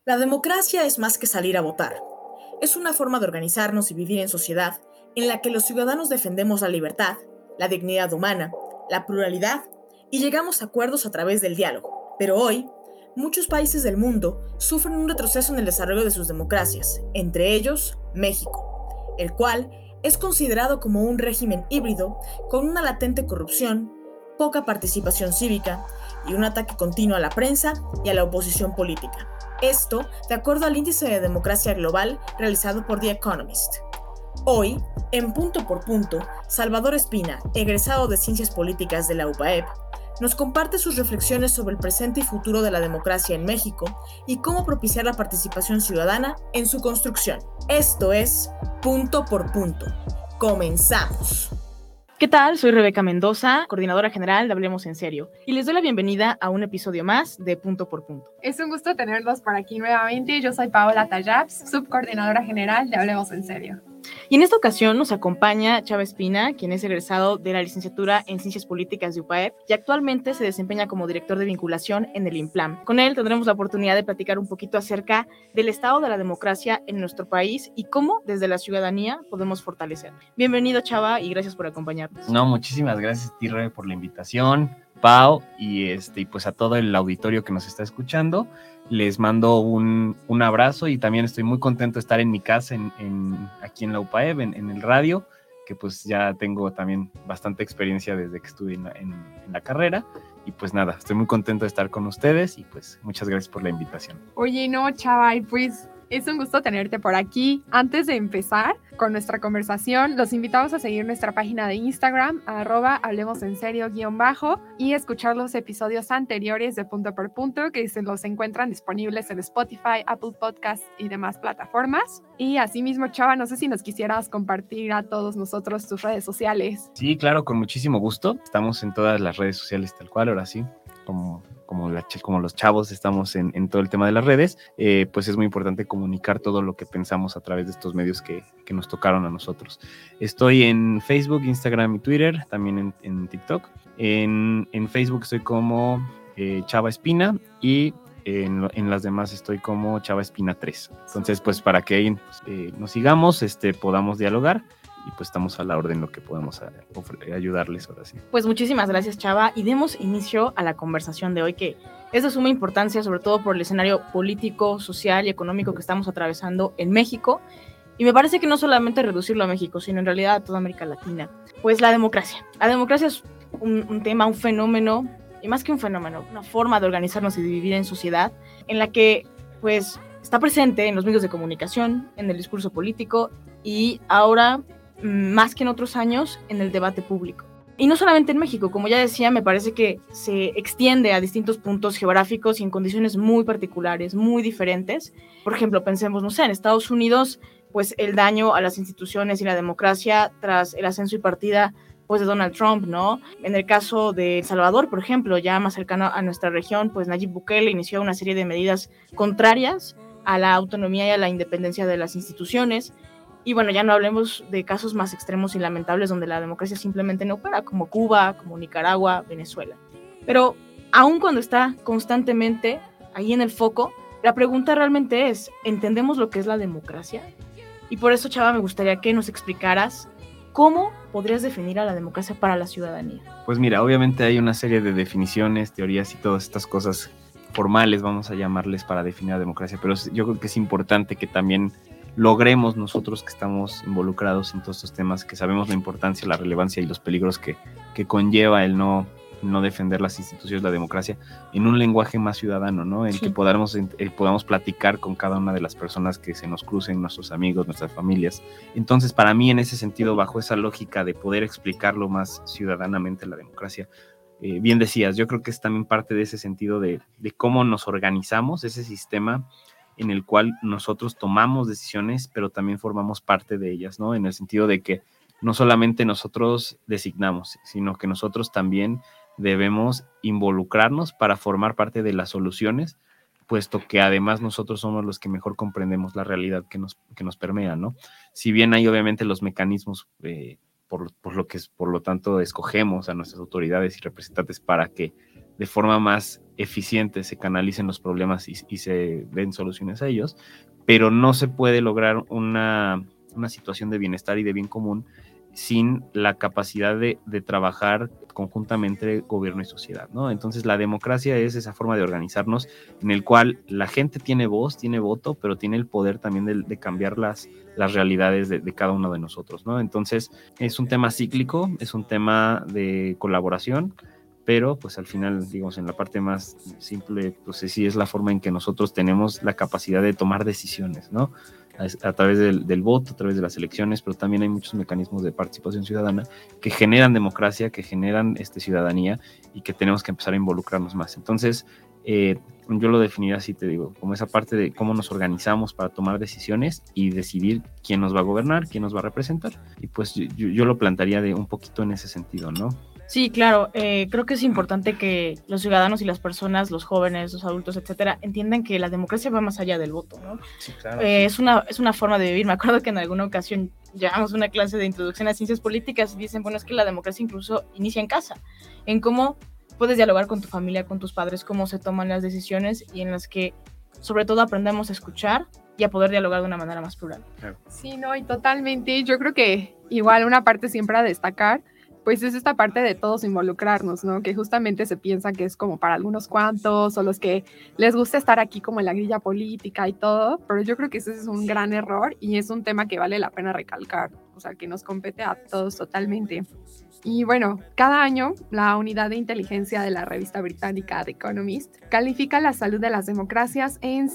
La democracia es más que salir a votar. Es una forma de organizarnos y vivir en sociedad en la que los ciudadanos defendemos la libertad, la dignidad humana, la pluralidad y llegamos a acuerdos a través del diálogo. Pero hoy, muchos países del mundo sufren un retroceso en el desarrollo de sus democracias, entre ellos México, el cual es considerado como un régimen híbrido con una latente corrupción, poca participación cívica y un ataque continuo a la prensa y a la oposición política. Esto de acuerdo al Índice de Democracia Global realizado por The Economist. Hoy, en Punto por Punto, Salvador Espina, egresado de Ciencias Políticas de la UPAEP, nos comparte sus reflexiones sobre el presente y futuro de la democracia en México y cómo propiciar la participación ciudadana en su construcción. Esto es Punto por Punto. ¡Comenzamos! ¿Qué tal? Soy Rebeca Mendoza, coordinadora general de Hablemos en Serio, y les doy la bienvenida a un episodio más de Punto por Punto. Es un gusto tenerlos por aquí nuevamente. Yo soy Paola Tallaps, subcoordinadora general de Hablemos en Serio. Y en esta ocasión nos acompaña Chava Espina, quien es egresado de la licenciatura en Ciencias Políticas de UPAEP y actualmente se desempeña como director de vinculación en el INPLAM. Con él tendremos la oportunidad de platicar un poquito acerca del estado de la democracia en nuestro país y cómo desde la ciudadanía podemos fortalecerla. Bienvenido, Chava, y gracias por acompañarnos. No, muchísimas gracias, Tirre, por la invitación, Pau, y pues a todo el auditorio que nos está escuchando. Les mando un abrazo y también estoy muy contento de estar en mi casa, aquí en la UPAEP, en el radio, que pues ya tengo también bastante experiencia desde que estuve en la carrera. Y pues nada, estoy muy contento de estar con ustedes y pues muchas gracias por la invitación. Oye, no, Chava, y pues es un gusto tenerte por aquí. Antes de empezar con nuestra conversación, los invitamos a seguir nuestra página de Instagram, @hablemosenserio_ y escuchar los episodios anteriores de Punto por Punto, que se los encuentran disponibles en Spotify, Apple Podcasts y demás plataformas. Y asimismo, Chava, no sé si nos quisieras compartir a todos nosotros tus redes sociales. Sí, claro, con muchísimo gusto. Estamos en todas las redes sociales tal cual, ahora sí, como los chavos estamos en todo el tema de las redes, pues es muy importante comunicar todo lo que pensamos a través de estos medios que nos tocaron a nosotros. Estoy en Facebook, Instagram y Twitter, también en TikTok. En Facebook estoy como Chava Espina y en las demás estoy como Chava Espina 3. Entonces, pues para que ahí nos sigamos, podamos dialogar. Y pues estamos a la orden lo que podamos ayudarles ahora sí. Pues muchísimas gracias, Chava, y demos inicio a la conversación de hoy, que es de suma importancia, sobre todo por el escenario político, social y económico que estamos atravesando en México, y me parece que no solamente reducirlo a México, sino en realidad a toda América Latina. Pues la democracia. La democracia es un tema, un fenómeno, y más que un fenómeno, una forma de organizarnos y de vivir en sociedad, en la que pues está presente en los medios de comunicación, en el discurso político, y ahora más que en otros años, en el debate público. Y no solamente en México, como ya decía, me parece que se extiende a distintos puntos geográficos y en condiciones muy particulares, muy diferentes. Por ejemplo, pensemos, no sé, en Estados Unidos, pues el daño a las instituciones y la democracia tras el ascenso y partida pues de Donald Trump, ¿no? En el caso de El Salvador, por ejemplo, ya más cercano a nuestra región, pues Nayib Bukele inició una serie de medidas contrarias a la autonomía y a la independencia de las instituciones. Y bueno, ya no hablemos de casos más extremos y lamentables donde la democracia simplemente no opera, como Cuba, como Nicaragua, Venezuela. Pero aun cuando está constantemente ahí en el foco, la pregunta realmente es, ¿entendemos lo que es la democracia? Y por eso, Chava, me gustaría que nos explicaras cómo podrías definir a la democracia para la ciudadanía. Pues mira, obviamente hay una serie de definiciones, teorías y todas estas cosas formales, vamos a llamarles, para definir la democracia, pero yo creo que es importante que también logremos nosotros que estamos involucrados en todos estos temas, que sabemos la importancia, la relevancia y los peligros que conlleva el no defender las instituciones de la democracia en un lenguaje más ciudadano, ¿no? En sí. Que podamos platicar con cada una de las personas que se nos crucen, nuestros amigos, nuestras familias. Entonces, para mí, en ese sentido, bajo esa lógica de poder explicarlo más ciudadanamente la democracia, bien decías, yo creo que es también parte de ese sentido de cómo nos organizamos, ese sistema en el cual nosotros tomamos decisiones, pero también formamos parte de ellas, ¿no? En el sentido de que no solamente nosotros designamos, sino que nosotros también debemos involucrarnos para formar parte de las soluciones, puesto que además nosotros somos los que mejor comprendemos la realidad que nos permea, ¿no? Si bien hay obviamente los mecanismos por lo tanto escogemos a nuestras autoridades y representantes para que de forma más eficiente se canalicen los problemas y se den soluciones a ellos, pero no se puede lograr una situación de bienestar y de bien común sin la capacidad de trabajar conjuntamente gobierno y sociedad, ¿no? Entonces la democracia es esa forma de organizarnos en el cual la gente tiene voz, tiene voto, pero tiene el poder también de cambiar las realidades de cada uno de nosotros, ¿no? Entonces es un tema cíclico, es un tema de colaboración, pero pues al final, digamos, en la parte más simple, pues sí es la forma en que nosotros tenemos la capacidad de tomar decisiones, ¿no? A través del voto, a través de las elecciones, pero también hay muchos mecanismos de participación ciudadana que generan democracia, que generan ciudadanía y que tenemos que empezar a involucrarnos más. Entonces, yo lo definiría así, te digo, como esa parte de cómo nos organizamos para tomar decisiones y decidir quién nos va a gobernar, quién nos va a representar, y pues yo lo plantearía de un poquito en ese sentido, ¿no? Sí, claro, creo que es importante que los ciudadanos y las personas, los jóvenes, los adultos, etcétera, entiendan que la democracia va más allá del voto, ¿no? Sí, claro. Es una forma de vivir. Me acuerdo que en alguna ocasión llevamos una clase de introducción a ciencias políticas y dicen, bueno, es que la democracia incluso inicia en casa, en cómo puedes dialogar con tu familia, con tus padres, cómo se toman las decisiones y en las que sobre todo aprendemos a escuchar y a poder dialogar de una manera más plural. Sí, no, y totalmente. Yo creo que igual una parte siempre a destacar pues es esta parte de todos involucrarnos, ¿no? Que justamente se piensa que es como para algunos cuantos o los que les gusta estar aquí como en la grilla política y todo, pero yo creo que ese es un gran error y es un tema que vale la pena recalcar, o sea, que nos compete a todos totalmente. Y bueno, cada año la unidad de inteligencia de la revista británica The Economist califica la salud de las democracias en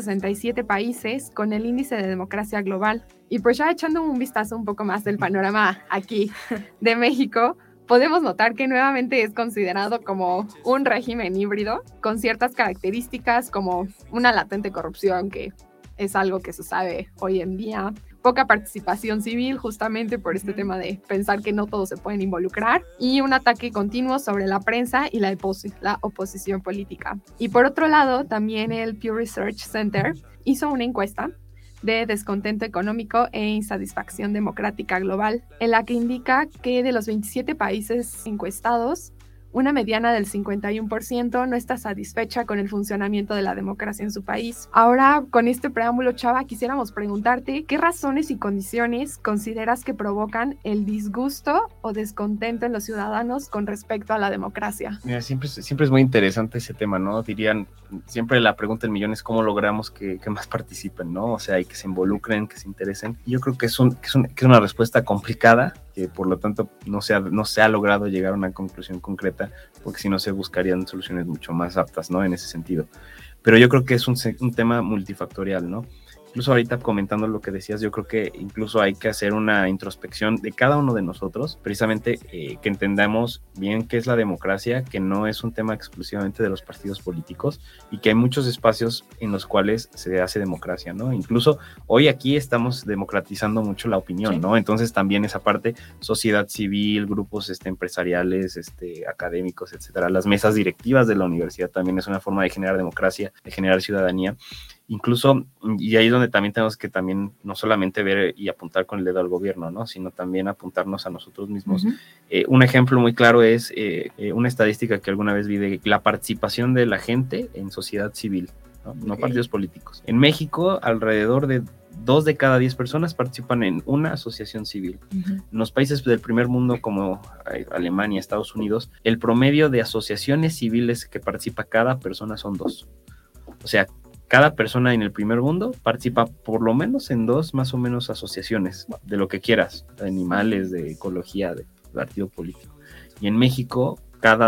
167 países con el índice de democracia global. Y pues ya echando un vistazo un poco más del panorama aquí de México, podemos notar que nuevamente es considerado como un régimen híbrido con ciertas características como una latente corrupción, que es algo que se sabe hoy en día, poca participación civil justamente por este tema de pensar que no todos se pueden involucrar y un ataque continuo sobre la prensa y la oposición política. Y por otro lado, también el Pew Research Center hizo una encuesta de descontento económico e insatisfacción democrática global, en la que indica que de los 27 países encuestados, una mediana del 51% no está satisfecha con el funcionamiento de la democracia en su país. Ahora, con este preámbulo, Chava, quisiéramos preguntarte qué razones y condiciones consideras que provocan el disgusto o descontento en los ciudadanos con respecto a la democracia. Mira, siempre es muy interesante ese tema, ¿no? Dirían, siempre la pregunta del millón es cómo logramos que más participen, ¿no? O sea, y que se involucren, que se interesen. Y yo creo que es una respuesta complicada, que por lo tanto no se ha logrado llegar a una conclusión concreta, porque si no se buscarían soluciones mucho más aptas, ¿no? En ese sentido. Pero yo creo que es un tema multifactorial, ¿no? Incluso ahorita comentando lo que decías, yo creo que incluso hay que hacer una introspección de cada uno de nosotros, precisamente que entendamos bien qué es la democracia, que no es un tema exclusivamente de los partidos políticos y que hay muchos espacios en los cuales se hace democracia, ¿no? Incluso hoy aquí estamos democratizando mucho la opinión, sí, ¿no? Entonces también esa parte, sociedad civil, grupos empresariales, académicos, etcétera, las mesas directivas de la universidad también es una forma de generar democracia, de generar ciudadanía. Incluso, y ahí es donde también tenemos que también no solamente ver y apuntar con el dedo al gobierno, ¿no? Sino también apuntarnos a nosotros mismos. Uh-huh. Un ejemplo muy claro es una estadística que alguna vez vi de la participación de la gente en sociedad civil, ¿no? Okay. No partidos políticos. En México, alrededor de 2 de cada 10 personas participan en una asociación civil. Uh-huh. En los países del primer mundo como Alemania, Estados Unidos, el promedio de asociaciones civiles que participa cada persona son 2. O sea, cada persona en el primer mundo participa por lo menos en 2 más o menos asociaciones de lo que quieras, de animales, de ecología, de partido político. Y en México,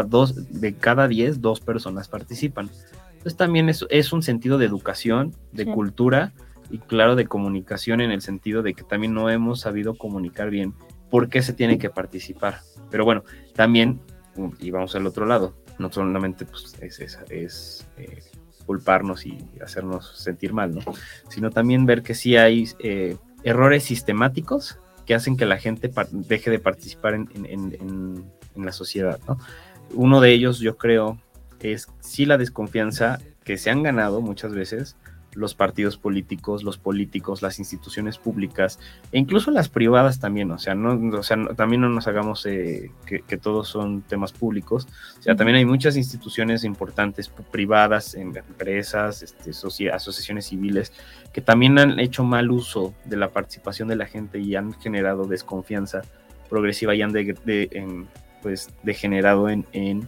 de cada 10, 2 personas participan. Entonces también es un sentido de educación, de sí, cultura y claro de comunicación, en el sentido de que también no hemos sabido comunicar bien por qué se tiene que participar. Pero bueno, también, y vamos al otro lado, no solamente pues, es culparnos y hacernos sentir mal, ¿no? Sino también ver que sí hay errores sistemáticos que hacen que la gente deje de participar en la sociedad, ¿no? Uno de ellos, yo creo, es sí la desconfianza que se han ganado muchas veces los partidos políticos, los políticos, las instituciones públicas e incluso las privadas también, también no nos hagamos que todos son temas públicos, también hay muchas instituciones importantes privadas, empresas, asociaciones civiles que también han hecho mal uso de la participación de la gente y han generado desconfianza progresiva y han degenerado en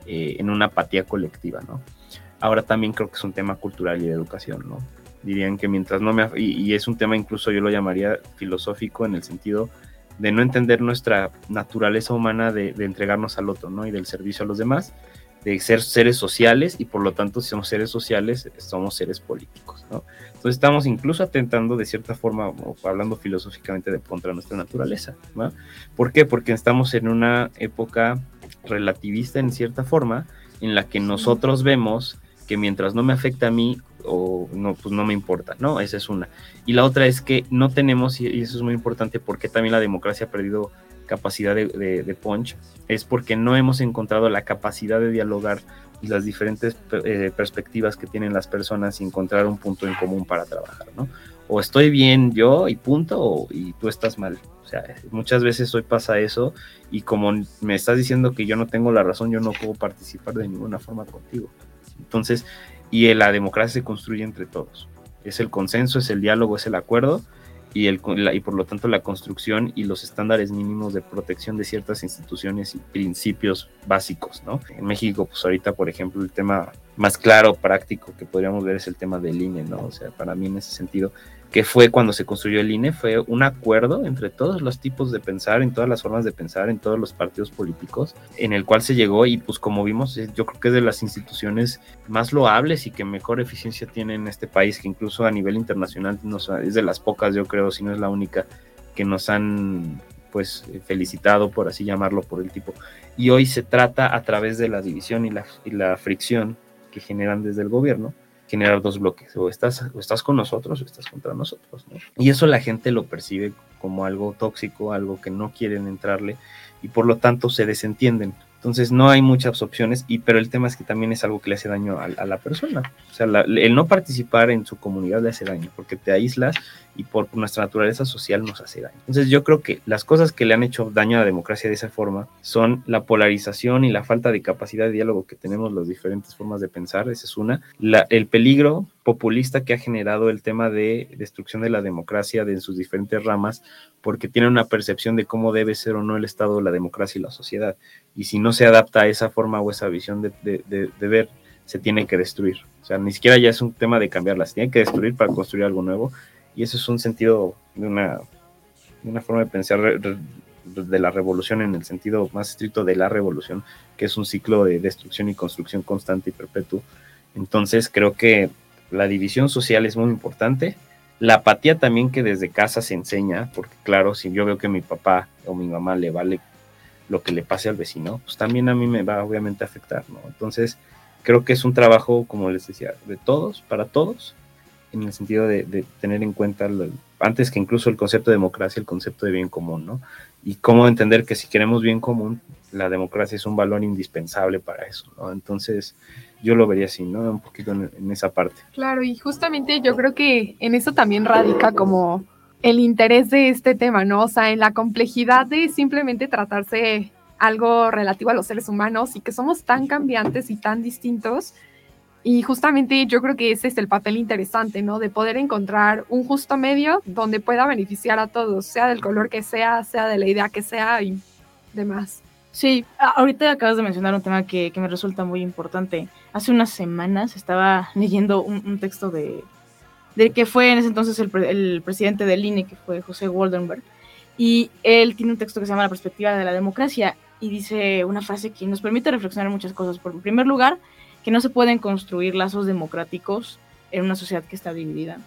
una apatía colectiva, ¿no? Ahora también creo que es un tema cultural y de educación, ¿no? Dirían que mientras no y es un tema incluso yo lo llamaría filosófico en el sentido de no entender nuestra naturaleza humana de entregarnos al otro, ¿no? Y del servicio a los demás, de ser seres sociales y por lo tanto si somos seres sociales somos seres políticos, ¿no? Entonces estamos incluso atentando de cierta forma, o hablando filosóficamente, de contra nuestra naturaleza, ¿no? ¿Por qué? Porque estamos en una época relativista en cierta forma en la que nosotros vemos que mientras no me afecta a mí, o no, pues no me importa, ¿no? Esa es una. Y la otra es que no tenemos, y eso es muy importante, porque también la democracia ha perdido capacidad de punch, es porque no hemos encontrado la capacidad de dialogar y las diferentes perspectivas que tienen las personas y encontrar un punto en común para trabajar, ¿no? O estoy bien yo y punto, y tú estás mal. O sea, muchas veces hoy pasa eso y como me estás diciendo que yo no tengo la razón, yo no puedo participar de ninguna forma contigo. Entonces, y la democracia se construye entre todos. Es el consenso, es el diálogo, es el acuerdo y por lo tanto la construcción y los estándares mínimos de protección de ciertas instituciones y principios básicos, ¿no? En México, pues ahorita, por ejemplo, el tema más claro, práctico que podríamos ver es el tema del INE, ¿no? O sea, para mí en ese sentido, que fue cuando se construyó el INE, fue un acuerdo entre todos los tipos de pensar, en todas las formas de pensar, en todos los partidos políticos, en el cual se llegó y pues como vimos, yo creo que es de las instituciones más loables y que mejor eficiencia tiene en este país, que incluso a nivel internacional es de las pocas, yo creo, si no es la única, que nos han pues felicitado, por así llamarlo, por el tipo. Y hoy se trata a través de la división y la fricción que generan desde el gobierno, generar dos bloques, o estás con nosotros o estás contra nosotros, ¿no? Y eso la gente lo percibe como algo tóxico, algo que no quieren entrarle y por lo tanto se desentienden. Entonces no hay muchas opciones, pero el tema es que también es algo que le hace daño a la persona. O sea, el no participar en su comunidad le hace daño, porque te aíslas y por nuestra naturaleza social nos hace daño. Entonces yo creo que las cosas que le han hecho daño a la democracia de esa forma son la polarización y la falta de capacidad de diálogo que tenemos las diferentes formas de pensar, esa es una. El peligro populista que ha generado el tema de destrucción de la democracia en sus diferentes ramas, porque tiene una percepción de cómo debe ser o no el Estado, la democracia y la sociedad. Y si no se adapta a esa forma o esa visión de ver, se tiene que destruir. O sea, ni siquiera ya es un tema de cambiarla, se tiene que destruir para construir algo nuevo. Y eso es un sentido de una forma de pensar de la revolución en el sentido más estricto de la revolución, que es un ciclo de destrucción y construcción constante y perpetuo. Entonces creo que la división social es muy importante. La apatía también que desde casa se enseña, porque claro, si yo veo que a mi papá o mi mamá le vale lo que le pase al vecino, pues también a mí me va obviamente a afectar, ¿no? Entonces creo que es un trabajo, como les decía, de todos, para todos, en el sentido de tener en cuenta, antes que incluso el concepto de democracia, el concepto de bien común, ¿no? Y cómo entender que si queremos bien común, la democracia es un valor indispensable para eso, ¿no? Entonces yo lo vería así, ¿no? Un poquito en esa parte. Claro, y justamente yo creo que en eso también radica como el interés de este tema, ¿no? O sea, en la complejidad de simplemente tratarse algo relativo a los seres humanos y que somos tan cambiantes y tan distintos. Y justamente yo creo que ese es el papel interesante, ¿no? De poder encontrar un justo medio donde pueda beneficiar a todos, sea del color que sea de la idea que sea y demás. Sí, ahorita acabas de mencionar un tema que me resulta muy importante. Hace unas semanas estaba leyendo un texto de que fue en ese entonces el presidente del INE, que fue José Goldenberg, y él tiene un texto que se llama La perspectiva de la democracia, y dice una frase que nos permite reflexionar muchas cosas. En primer lugar, que no se pueden construir lazos democráticos en una sociedad que está dividida.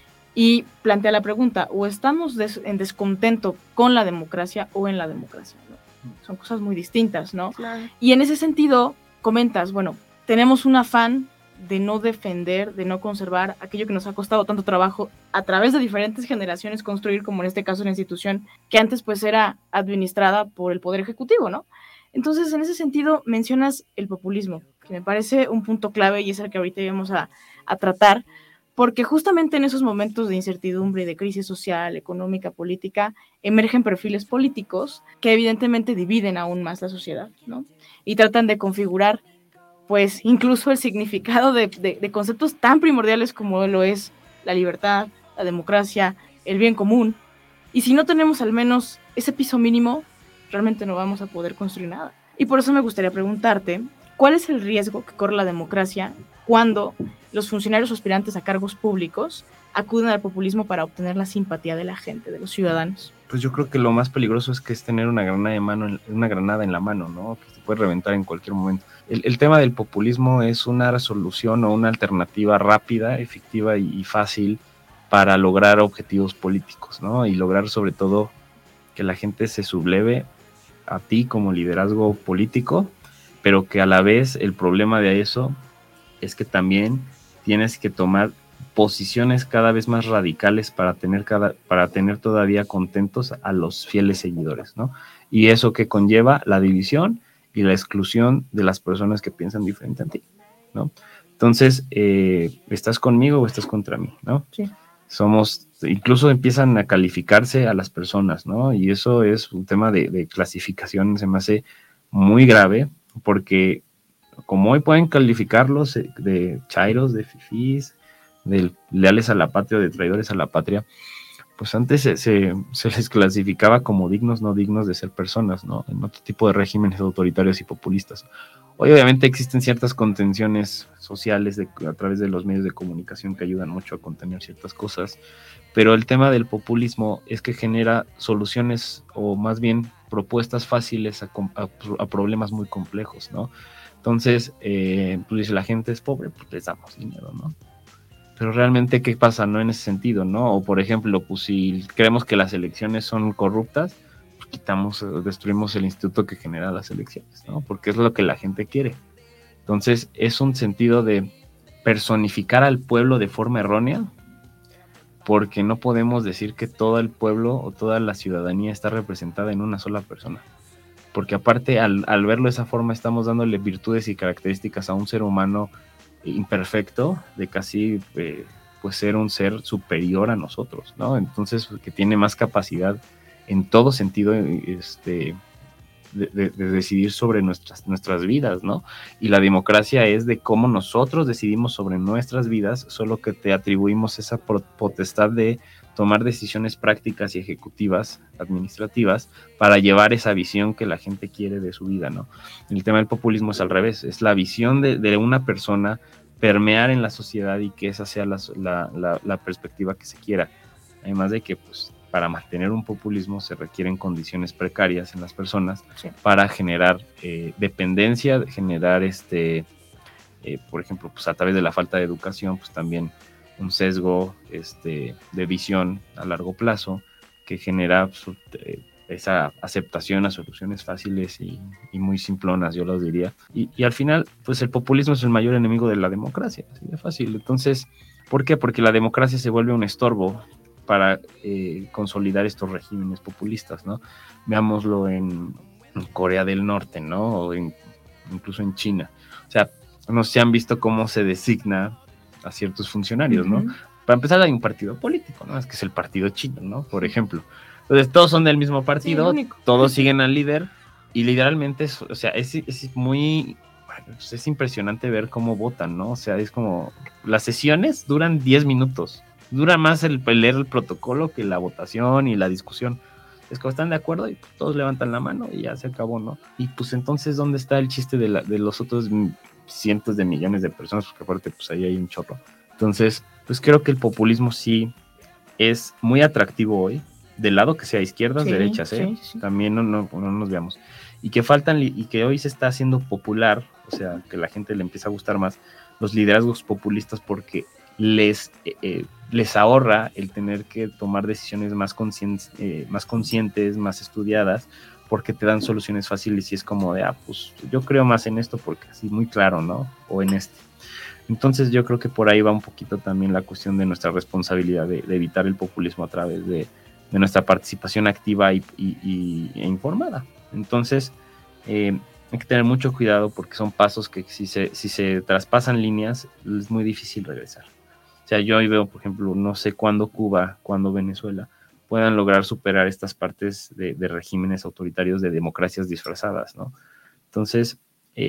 Y plantea la pregunta, o estamos en descontento con la democracia o en la democracia, ¿no? Son cosas muy distintas, ¿no? Claro. Y en ese sentido, comentas, bueno, tenemos un afán de no defender, de no conservar aquello que nos ha costado tanto trabajo a través de diferentes generaciones construir, como en este caso una institución que antes pues era administrada por el Poder Ejecutivo, ¿no? Entonces, en ese sentido, mencionas el populismo, que me parece un punto clave y es el que ahorita vamos a tratar, porque justamente en esos momentos de incertidumbre y de crisis social, económica, política, emergen perfiles políticos que evidentemente dividen aún más la sociedad, ¿no? Y tratan de configurar, pues, incluso el significado de conceptos tan primordiales como lo es la libertad, la democracia, el bien común. Y si no tenemos al menos ese piso mínimo, realmente no vamos a poder construir nada. Y por eso me gustaría preguntarte, ¿cuál es el riesgo que corre la democracia cuando los funcionarios aspirantes a cargos públicos acuden al populismo para obtener la simpatía de la gente, de los ciudadanos? Pues yo creo que lo más peligroso es que es tener una granada en la mano, ¿no? Que se puede reventar en cualquier momento. El tema del populismo es una resolución o una alternativa rápida, efectiva y fácil para lograr objetivos políticos, ¿no? Y lograr sobre todo que la gente se subleve a ti como liderazgo político, pero que a la vez el problema de eso es que también tienes que tomar posiciones cada vez más radicales para tener todavía contentos a los fieles seguidores, ¿no? Y eso que conlleva la división y la exclusión de las personas que piensan diferente a ti, ¿no? Entonces, ¿estás conmigo o estás contra mí, no? Sí. Incluso empiezan a calificarse a las personas, ¿no? Y eso es un tema de clasificación, se me hace muy grave, porque como hoy pueden calificarlos de chairos, de fifís, de leales a la patria o de traidores a la patria, pues antes se les clasificaba como dignos, no dignos de ser personas, ¿no? En otro tipo de regímenes autoritarios y populistas. Hoy obviamente existen ciertas contenciones sociales a través de los medios de comunicación que ayudan mucho a contener ciertas cosas, pero el tema del populismo es que genera soluciones o más bien propuestas fáciles a problemas muy complejos, ¿no? Entonces, pues dice, la gente es pobre, pues les damos dinero, ¿no? Pero realmente, ¿qué pasa, no? En ese sentido, ¿no? O por ejemplo, pues si creemos que las elecciones son corruptas, pues destruimos el instituto que genera las elecciones, ¿no? Porque es lo que la gente quiere. Entonces, es un sentido de personificar al pueblo de forma errónea, porque no podemos decir que todo el pueblo o toda la ciudadanía está representada en una sola persona. Porque aparte, al verlo de esa forma, estamos dándole virtudes y características a un ser humano imperfecto, de casi pues ser un ser superior a nosotros, ¿no? Entonces, que tiene más capacidad en todo sentido de decidir sobre nuestras vidas, ¿no? Y la democracia es de cómo nosotros decidimos sobre nuestras vidas, solo que te atribuimos esa potestad de tomar decisiones prácticas y ejecutivas, administrativas, para llevar esa visión que la gente quiere de su vida, ¿no? El tema del populismo es al revés, es la visión de una persona permear en la sociedad y que esa sea la perspectiva que se quiera. Además de que, pues, para mantener un populismo se requieren condiciones precarias en las personas, sí, para generar dependencia, generar por ejemplo, pues a través de la falta de educación, pues también un sesgo de visión a largo plazo que genera pues, esa aceptación a soluciones fáciles y muy simplonas, yo los diría. Y al final, pues el populismo es el mayor enemigo de la democracia, así de fácil. Entonces, ¿por qué? Porque la democracia se vuelve un estorbo para consolidar estos regímenes populistas, ¿no? Veámoslo en Corea del Norte, ¿no? O incluso en China. O sea, no se han visto cómo se designa a ciertos funcionarios, ¿no? Para empezar, hay un partido político, ¿no? Es que es el partido chino, ¿no? Por ejemplo. Entonces, todos son del mismo partido, sí, todos siguen al líder, y literalmente, es muy... Es impresionante ver cómo votan, ¿no? O sea, es como... Las sesiones duran 10 minutos. Dura más el leer el protocolo que la votación y la discusión. Es que están de acuerdo y todos levantan la mano y ya se acabó, ¿no? Y pues entonces, ¿dónde está el chiste de los otros cientos de millones de personas? Porque aparte, pues ahí hay un chorro. Entonces, pues creo que el populismo sí es muy atractivo hoy, del lado que sea, izquierdas, sí, derechas, sí. También no nos veamos. Y que hoy se está haciendo popular, o sea, que la gente le empieza a gustar más los liderazgos populistas porque les ahorra el tener que tomar decisiones más conscientes, más estudiadas, porque te dan soluciones fáciles y es como de, pues yo creo más en esto porque así muy claro, ¿no? O en este. Entonces yo creo que por ahí va un poquito también la cuestión de nuestra responsabilidad de evitar el populismo a través de nuestra participación activa e informada. Entonces hay que tener mucho cuidado porque son pasos que si se traspasan líneas es muy difícil regresar. O sea, yo ahí veo, por ejemplo, no sé cuándo Cuba, cuándo Venezuela puedan lograr superar estas partes de regímenes autoritarios de democracias disfrazadas, ¿no? Entonces,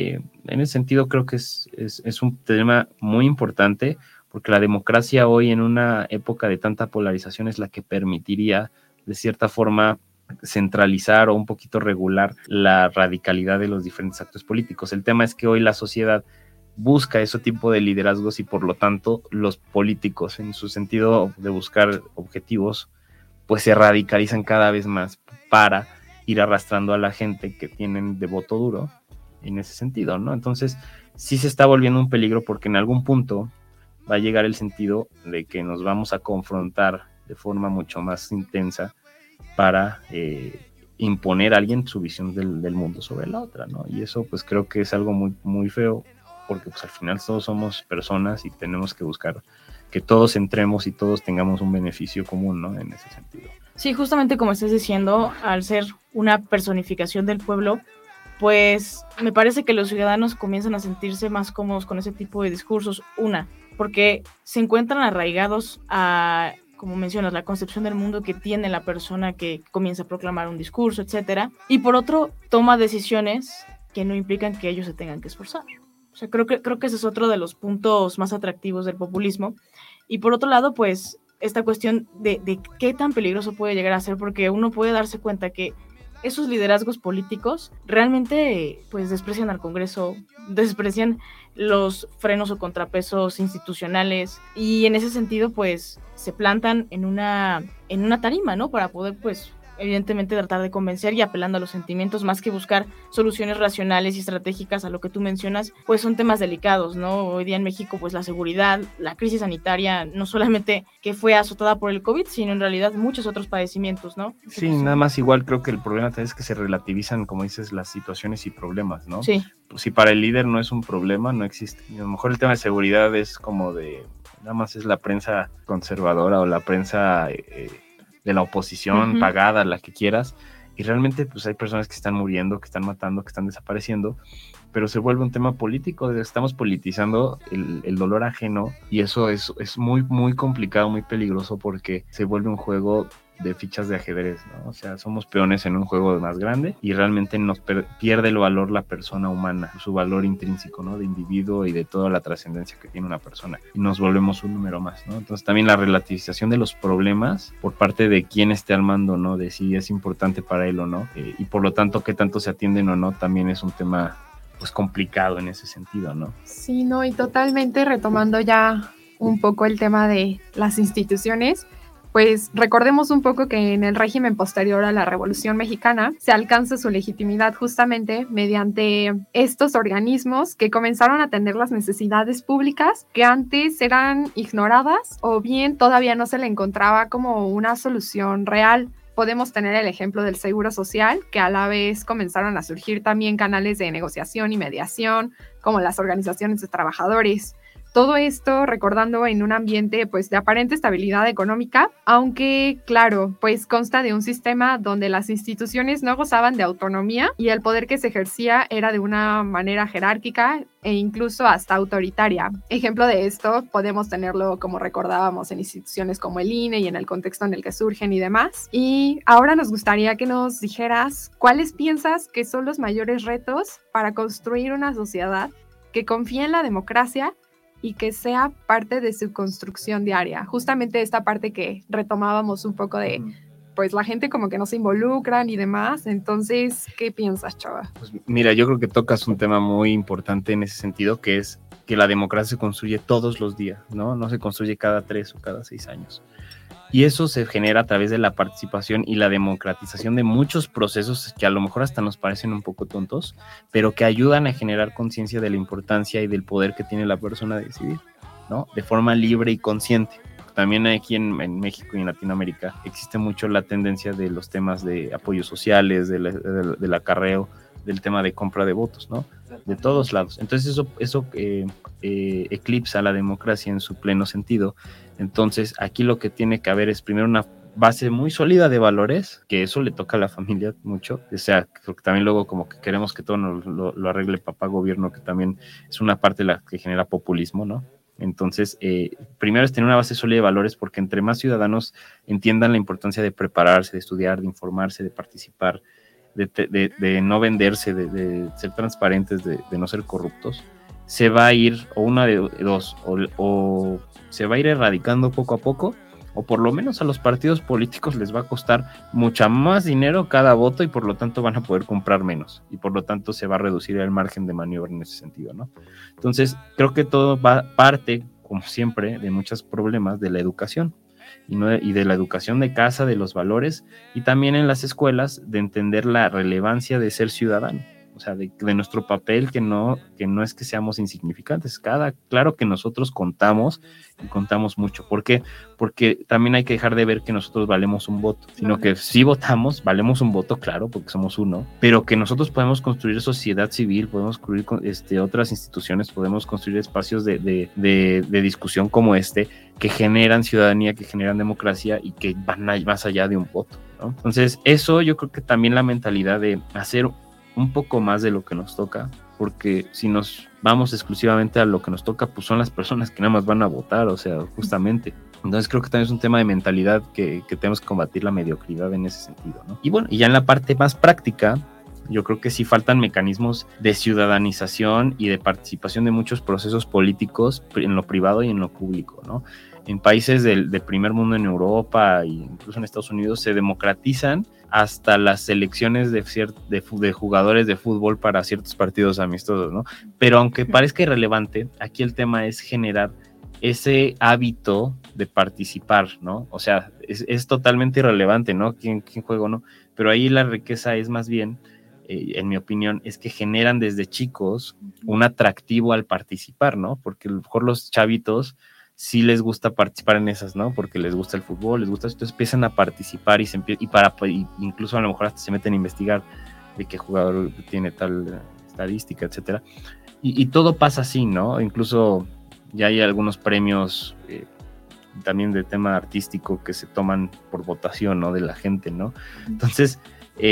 en ese sentido creo que es un tema muy importante, porque la democracia hoy en una época de tanta polarización es la que permitiría, de cierta forma, centralizar o un poquito regular la radicalidad de los diferentes actos políticos. El tema es que hoy la sociedad busca ese tipo de liderazgos y por lo tanto los políticos, en su sentido de buscar objetivos, pues se radicalizan cada vez más para ir arrastrando a la gente que tienen de voto duro en ese sentido, ¿no? Entonces sí se está volviendo un peligro, porque en algún punto va a llegar el sentido de que nos vamos a confrontar de forma mucho más intensa para imponer a alguien su visión del mundo sobre la otra, ¿no? Y eso pues creo que es algo muy, muy feo, porque pues al final todos somos personas y tenemos que buscar que todos entremos y todos tengamos un beneficio común, ¿no? En ese sentido. Sí, justamente como estás diciendo, al ser una personificación del pueblo, pues me parece que los ciudadanos comienzan a sentirse más cómodos con ese tipo de discursos. Una, porque se encuentran arraigados a, como mencionas, la concepción del mundo que tiene la persona que comienza a proclamar un discurso, etcétera. Y por otro, toma decisiones que no implican que ellos se tengan que esforzar. O sea, creo que ese es otro de los puntos más atractivos del populismo. Y por otro lado, pues, esta cuestión de qué tan peligroso puede llegar a ser, porque uno puede darse cuenta que esos liderazgos políticos realmente pues desprecian al Congreso, desprecian los frenos o contrapesos institucionales, y en ese sentido pues se plantan en una tarima, ¿no? Para poder pues evidentemente tratar de convencer, y apelando a los sentimientos más que buscar soluciones racionales y estratégicas a lo que tú mencionas, pues son temas delicados, ¿no? Hoy día en México pues la seguridad, la crisis sanitaria, no solamente que fue azotada por el COVID, sino en realidad muchos otros padecimientos, ¿no? Sí, nada más igual creo que el problema también es que se relativizan, como dices, las situaciones y problemas, ¿no? Sí. Pues si para el líder no es un problema, no existe. Y a lo mejor el tema de seguridad es como de, nada más es la prensa conservadora o la prensa de la oposición, Uh-huh. pagada, la que quieras, y realmente pues hay personas que están muriendo, que están matando, que están desapareciendo, pero se vuelve un tema político, estamos politizando el dolor ajeno, y eso es muy, muy complicado, muy peligroso, porque se vuelve un juego de fichas de ajedrez, ¿no? O sea, somos peones en un juego más grande, y realmente nos pierde el valor la persona humana, su valor intrínseco, ¿no? De individuo y de toda la trascendencia que tiene una persona, y nos volvemos un número más, ¿no? Entonces también la relativización de los problemas por parte de quien esté al mando, ¿no? De si es importante para él o no, y por lo tanto qué tanto se atienden o no, también es un tema pues complicado en ese sentido, ¿no? Sí, no, y totalmente retomando ya un poco el tema de las instituciones, pues recordemos un poco que en el régimen posterior a la Revolución Mexicana se alcanza su legitimidad justamente mediante estos organismos que comenzaron a atender las necesidades públicas que antes eran ignoradas o bien todavía no se le encontraba como una solución real. Podemos tener el ejemplo del Seguro Social, que a la vez comenzaron a surgir también canales de negociación y mediación, como las organizaciones de trabajadores. Todo esto recordando en un ambiente pues de aparente estabilidad económica, aunque claro, pues consta de un sistema donde las instituciones no gozaban de autonomía y el poder que se ejercía era de una manera jerárquica e incluso hasta autoritaria. Ejemplo de esto podemos tenerlo, como recordábamos, en instituciones como el INE y en el contexto en el que surgen y demás. Y ahora nos gustaría que nos dijeras cuáles piensas que son los mayores retos para construir una sociedad que confíe en la democracia y que sea parte de su construcción diaria. Justamente esta parte que retomábamos un poco de, pues la gente como que no se involucran y demás. Entonces, ¿qué piensas, Chava? Pues mira, yo creo que tocas un tema muy importante en ese sentido, que es que la democracia se construye todos los días, ¿no? No se construye cada 3 o cada 6 años. Y eso se genera a través de la participación y la democratización de muchos procesos que a lo mejor hasta nos parecen un poco tontos, pero que ayudan a generar conciencia de la importancia y del poder que tiene la persona de decidir, ¿no? De forma libre y consciente. También aquí en México y en Latinoamérica existe mucho la tendencia de los temas de apoyos sociales, del acarreo, del tema de compra de votos, ¿no? De todos lados. Entonces eso eclipsa la democracia en su pleno sentido. Entonces aquí lo que tiene que haber es primero una base muy sólida de valores, que eso le toca a la familia mucho, o sea, porque también luego como que queremos que todo lo arregle papá gobierno, que también es una parte de la que genera populismo, ¿no? Entonces, primero es tener una base sólida de valores, porque entre más ciudadanos entiendan la importancia de prepararse, de estudiar, de informarse, de participar, de no venderse, de ser transparentes, de no ser corruptos, se va a ir, o una de dos, o se va a ir erradicando poco a poco, o por lo menos a los partidos políticos les va a costar mucho más dinero cada voto y por lo tanto van a poder comprar menos y por lo tanto se va a reducir el margen de maniobra en ese sentido, ¿no? Entonces, creo que todo parte, como siempre, de muchos problemas de la educación y de la educación de casa, de los valores y también en las escuelas de entender la relevancia de ser ciudadano. O sea, de nuestro papel, que no es que seamos insignificantes. Claro que nosotros contamos y contamos mucho. ¿Por qué? Porque también hay que dejar de ver que nosotros valemos un voto, sino que si votamos, valemos un voto, claro, porque somos uno, pero que nosotros podemos construir sociedad civil, podemos construir otras instituciones, podemos construir espacios de discusión como que generan ciudadanía, que generan democracia y que van más allá de un voto, ¿no? Entonces, eso yo creo que también la mentalidad de hacer un poco más de lo que nos toca, porque si nos vamos exclusivamente a lo que nos toca, pues son las personas que nada más van a votar, o sea, justamente. Entonces creo que también es un tema de mentalidad que tenemos que combatir la mediocridad en ese sentido, ¿no? Y bueno, y ya en la parte más práctica, yo creo que sí faltan mecanismos de ciudadanización y de participación de muchos procesos políticos en lo privado y en lo público, ¿no? En países del primer mundo, en Europa e incluso en Estados Unidos, se democratizan hasta las selecciones de jugadores de fútbol para ciertos partidos amistosos, ¿no? Pero aunque parezca irrelevante, aquí el tema es generar ese hábito de participar, ¿no? O sea, es totalmente irrelevante, ¿no? ¿Quién juega o no? Pero ahí la riqueza es más bien, en mi opinión, es que generan desde chicos un atractivo al participar, ¿no? Porque a lo mejor los chavitos sí les gusta participar en esas, ¿no? Porque les gusta el fútbol, les gusta, entonces empiezan a participar y incluso a lo mejor hasta se meten a investigar de qué jugador tiene tal estadística, etcétera. Y todo pasa así, ¿no? Incluso ya hay algunos premios también de tema artístico que se toman por votación, ¿no? De la gente, ¿no? Entonces,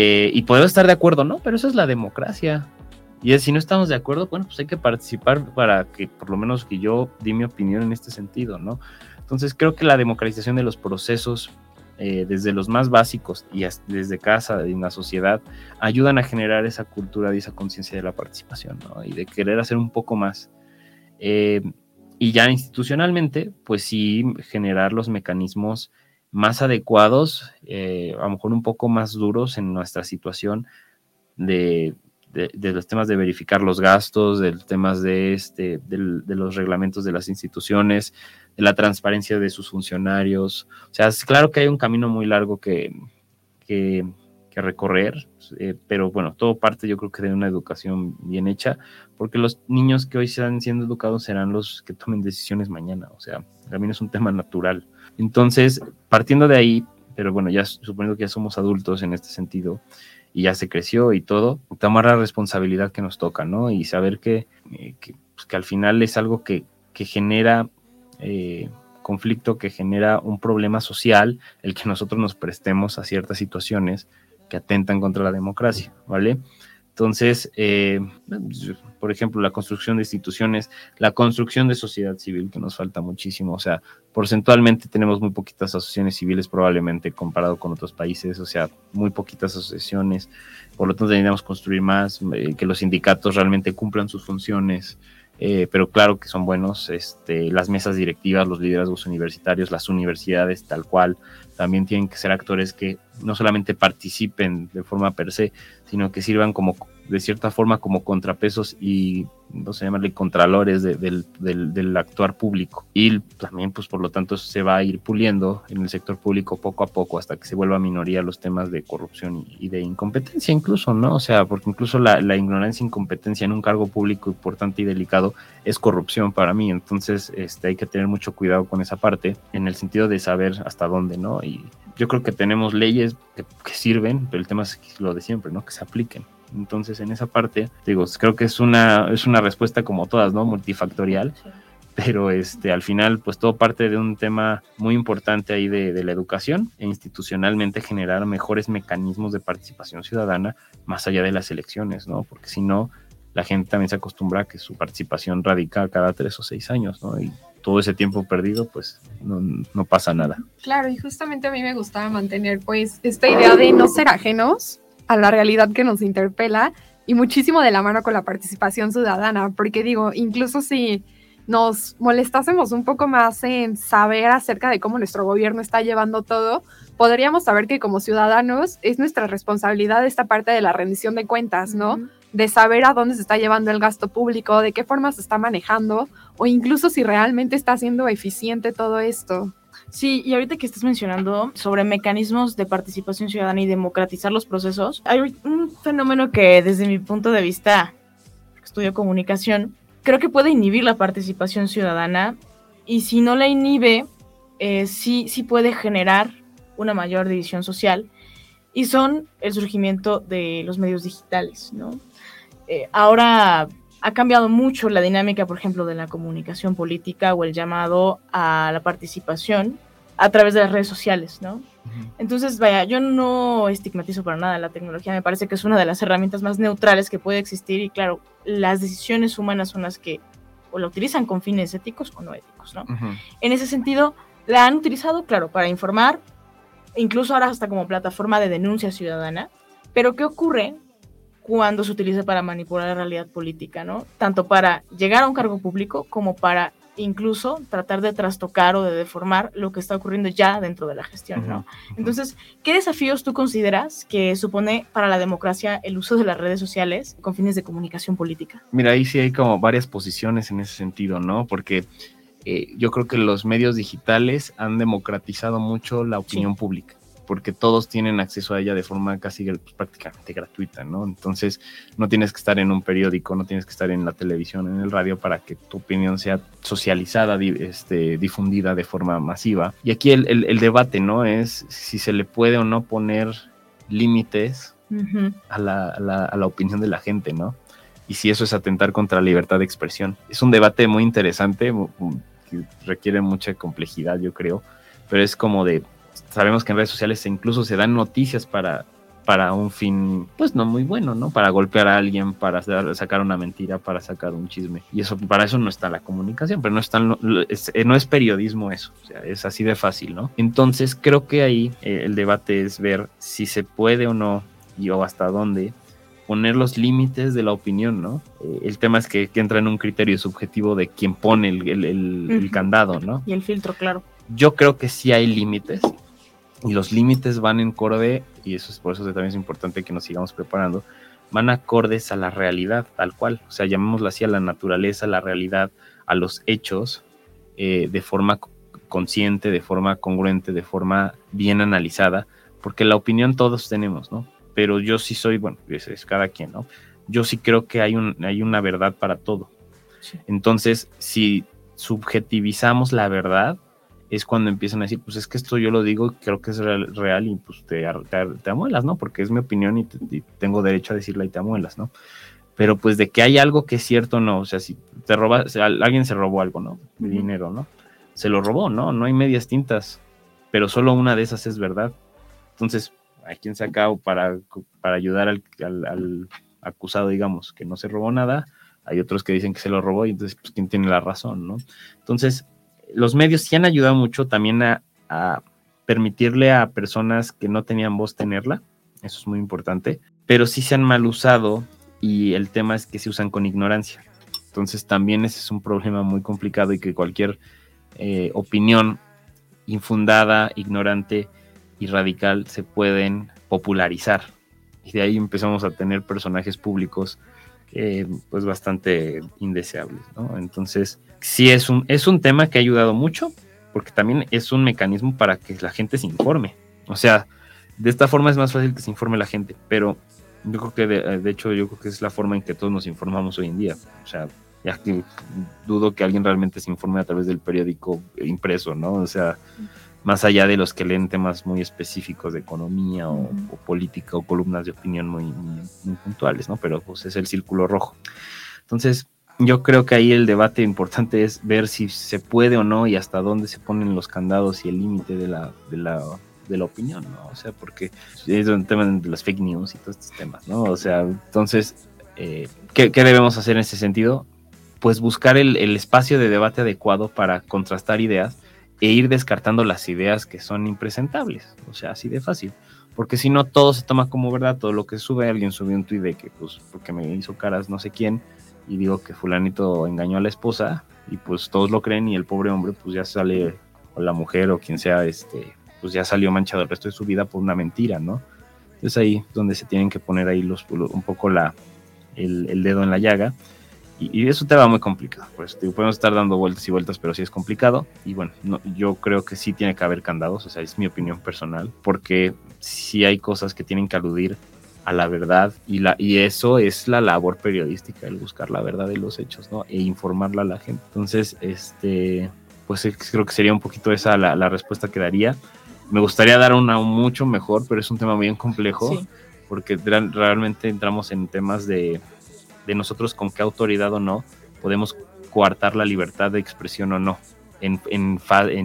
y podemos estar de acuerdo, ¿no? Pero eso es la democracia. Y si no estamos de acuerdo, bueno, pues hay que participar para que por lo menos que yo di mi opinión en este sentido, ¿no? Entonces creo que la democratización de los procesos, desde los más básicos y desde casa, en la sociedad, ayudan a generar esa cultura y esa conciencia de la participación, ¿no? Y de querer hacer un poco más. Y ya institucionalmente, pues sí, generar los mecanismos más adecuados, a lo mejor un poco más duros en nuestra situación de los temas de verificar los gastos, de los temas de los reglamentos de las instituciones, de la transparencia de sus funcionarios. O sea, es claro que hay un camino muy largo que recorrer, pero bueno, todo parte yo creo que de una educación bien hecha, porque los niños que hoy están siendo educados serán los que tomen decisiones mañana. O sea, también es un tema natural. Entonces, partiendo de ahí, pero bueno, ya suponiendo que ya somos adultos en este sentido, y ya se creció y todo, tomar la responsabilidad que nos toca, ¿no? Y saber que al final es algo que genera conflicto, que genera un problema social, el que nosotros nos prestemos a ciertas situaciones que atentan contra la democracia, ¿vale? Entonces, por ejemplo, la construcción de instituciones, la construcción de sociedad civil, que nos falta muchísimo. O sea, porcentualmente tenemos muy poquitas asociaciones civiles probablemente comparado con otros países, o sea, muy poquitas asociaciones. Por lo tanto, deberíamos construir más, que los sindicatos realmente cumplan sus funciones, pero claro que son buenos, las mesas directivas, los liderazgos universitarios, las universidades tal cual, también tienen que ser actores que no solamente participen de forma per se, sino que sirvan como, de cierta forma, como contrapesos y, no sé, llamarle contralores del actuar público. Y también, pues, por lo tanto, se va a ir puliendo en el sector público poco a poco hasta que se vuelva minoría los temas de corrupción y de incompetencia incluso, ¿no? O sea, porque incluso la ignorancia e incompetencia en un cargo público importante y delicado es corrupción para mí. Entonces, hay que tener mucho cuidado con esa parte, en el sentido de saber hasta dónde, ¿no? Y yo creo que tenemos leyes que sirven, pero el tema es lo de siempre, ¿no? Que se apliquen. Entonces, en esa parte, digo, creo que es una respuesta como todas, ¿no? Multifactorial, sí. Pero al final, pues todo parte de un tema muy importante ahí de la educación e institucionalmente generar mejores mecanismos de participación ciudadana más allá de las elecciones, ¿no? Porque si no, la gente también se acostumbra a que su participación radica cada 3 o 6 años, ¿no? Y todo ese tiempo perdido, pues no pasa nada. Claro, y justamente a mí me gustaba mantener pues esta idea de no ser ajenos a la realidad que nos interpela y muchísimo de la mano con la participación ciudadana, porque digo, incluso si nos molestásemos un poco más en saber acerca de cómo nuestro gobierno está llevando todo, podríamos saber que como ciudadanos es nuestra responsabilidad esta parte de la rendición de cuentas, ¿no? De saber a dónde se está llevando el gasto público, de qué forma se está manejando, o incluso si realmente está siendo eficiente todo esto. Sí, y ahorita que estás mencionando sobre mecanismos de participación ciudadana y democratizar los procesos, hay un fenómeno que desde mi punto de vista, estudio comunicación, creo que puede inhibir la participación ciudadana, y si no la inhibe, sí puede generar una mayor división social, y son el surgimiento de los medios digitales, ¿no? Ahora ha cambiado mucho la dinámica, por ejemplo, de la comunicación política o el llamado a la participación a través de las redes sociales, ¿no? Entonces, vaya, yo no estigmatizo para nada la tecnología, me parece que es una de las herramientas más neutrales que puede existir y claro, las decisiones humanas son las que o la utilizan con fines éticos o no éticos, ¿no? En ese sentido, la han utilizado, claro, para informar, incluso ahora hasta como plataforma de denuncia ciudadana, pero ¿qué ocurre cuando se utiliza para manipular la realidad política, ¿no? Tanto para llegar a un cargo público como para incluso tratar de trastocar o de deformar lo que está ocurriendo ya dentro de la gestión, ¿no? Entonces, ¿qué desafíos tú consideras que supone para la democracia el uso de las redes sociales con fines de comunicación política? Mira, ahí sí hay como varias posiciones en ese sentido, ¿no? Porque yo creo que los medios digitales han democratizado mucho la opinión pública, porque todos tienen acceso a ella de forma casi prácticamente gratuita, ¿no? Entonces no tienes que estar en un periódico, no tienes que estar en la televisión, en el radio para que tu opinión sea socializada, difundida de forma masiva. Y aquí el debate, ¿no? Es si se le puede o no poner límites a la opinión de la gente, ¿no? Y si eso es atentar contra la libertad de expresión. Es un debate muy interesante, que requiere mucha complejidad, yo creo, pero es como de... Sabemos que en redes sociales incluso se dan noticias para un fin, pues no muy bueno, ¿no? Para golpear a alguien, para sacar una mentira, para sacar un chisme. Y eso, para eso no está la comunicación, pero no es periodismo eso, o sea, es así de fácil, ¿no? Entonces creo que ahí el debate es ver si se puede o no, y o hasta dónde, poner los límites de la opinión, ¿no? El tema es que entra en un criterio subjetivo de quien pone el candado, ¿no? Y el filtro, claro. Yo creo que sí hay límites, y los límites van en acorde, y por eso también es importante que nos sigamos preparando, van acordes a la realidad, tal cual, o sea, llamémoslo así, a la naturaleza, a la realidad, a los hechos, de forma consciente, de forma congruente, de forma bien analizada, porque la opinión todos tenemos, ¿no? Pero yo sí soy, bueno, es cada quien, ¿no? Yo sí creo que hay una verdad para todo. Sí. Entonces, si subjetivizamos la verdad, es cuando empiezan a decir, pues es que esto yo lo digo, creo que es real y pues te amuelas, ¿no? Porque es mi opinión y tengo derecho a decirla y te amuelas, ¿no? Pero pues de que hay algo que es cierto, no. O sea, si alguien se robó algo, ¿no? De dinero, ¿no? Se lo robó, ¿no? No hay medias tintas, pero solo una de esas es verdad. Entonces, hay quien saca para ayudar al acusado, digamos, que no se robó nada. Hay otros que dicen que se lo robó y entonces, pues, ¿quién tiene la razón, no? Entonces, los medios sí han ayudado mucho también a permitirle a personas que no tenían voz tenerla, eso es muy importante, pero sí se han mal usado y el tema es que se usan con ignorancia. Entonces también ese es un problema muy complicado y que cualquier opinión infundada, ignorante y radical se pueden popularizar. Y de ahí empezamos a tener personajes públicos pues bastante indeseables, ¿no? Entonces sí es un tema que ha ayudado mucho, porque también es un mecanismo para que la gente se informe. O sea, de esta forma es más fácil que se informe la gente, pero yo creo que de hecho yo creo que es la forma en que todos nos informamos hoy en día. O sea, ya que dudo que alguien realmente se informe a través del periódico impreso, ¿no? O sea, más allá de los que leen temas muy específicos de economía o política o columnas de opinión muy puntuales, ¿no? Pero pues es el círculo rojo. Entonces, yo creo que ahí el debate importante es ver si se puede o no y hasta dónde se ponen los candados y el límite de la opinión, ¿no? O sea, porque es un tema de las fake news y todos estos temas, ¿no? O sea, entonces, ¿qué debemos hacer en ese sentido? pues buscar el espacio de debate adecuado para contrastar ideas e ir descartando las ideas que son impresentables, o sea, así de fácil, porque si no todo se toma como verdad, todo lo que sube, alguien subió un tuit de que pues porque me hizo caras no sé quién y digo que fulanito engañó a la esposa y pues todos lo creen y el pobre hombre pues ya sale, o la mujer o quien sea, pues ya salió manchado el resto de su vida por una mentira, ¿no? Entonces ahí es donde se tienen que poner ahí un poco el dedo en la llaga. Y es un tema muy complicado, pues podemos estar dando vueltas y vueltas, pero sí es complicado. Y bueno, yo creo que sí tiene que haber candados, o sea, es mi opinión personal, porque sí hay cosas que tienen que aludir a la verdad, y eso es la labor periodística, el buscar la verdad de los hechos, ¿no? E informarla a la gente. Entonces, pues creo que sería un poquito esa la respuesta que daría. Me gustaría dar una mucho mejor, pero es un tema bien complejo, sí, porque realmente entramos en temas de nosotros con qué autoridad o no podemos coartar la libertad de expresión o no en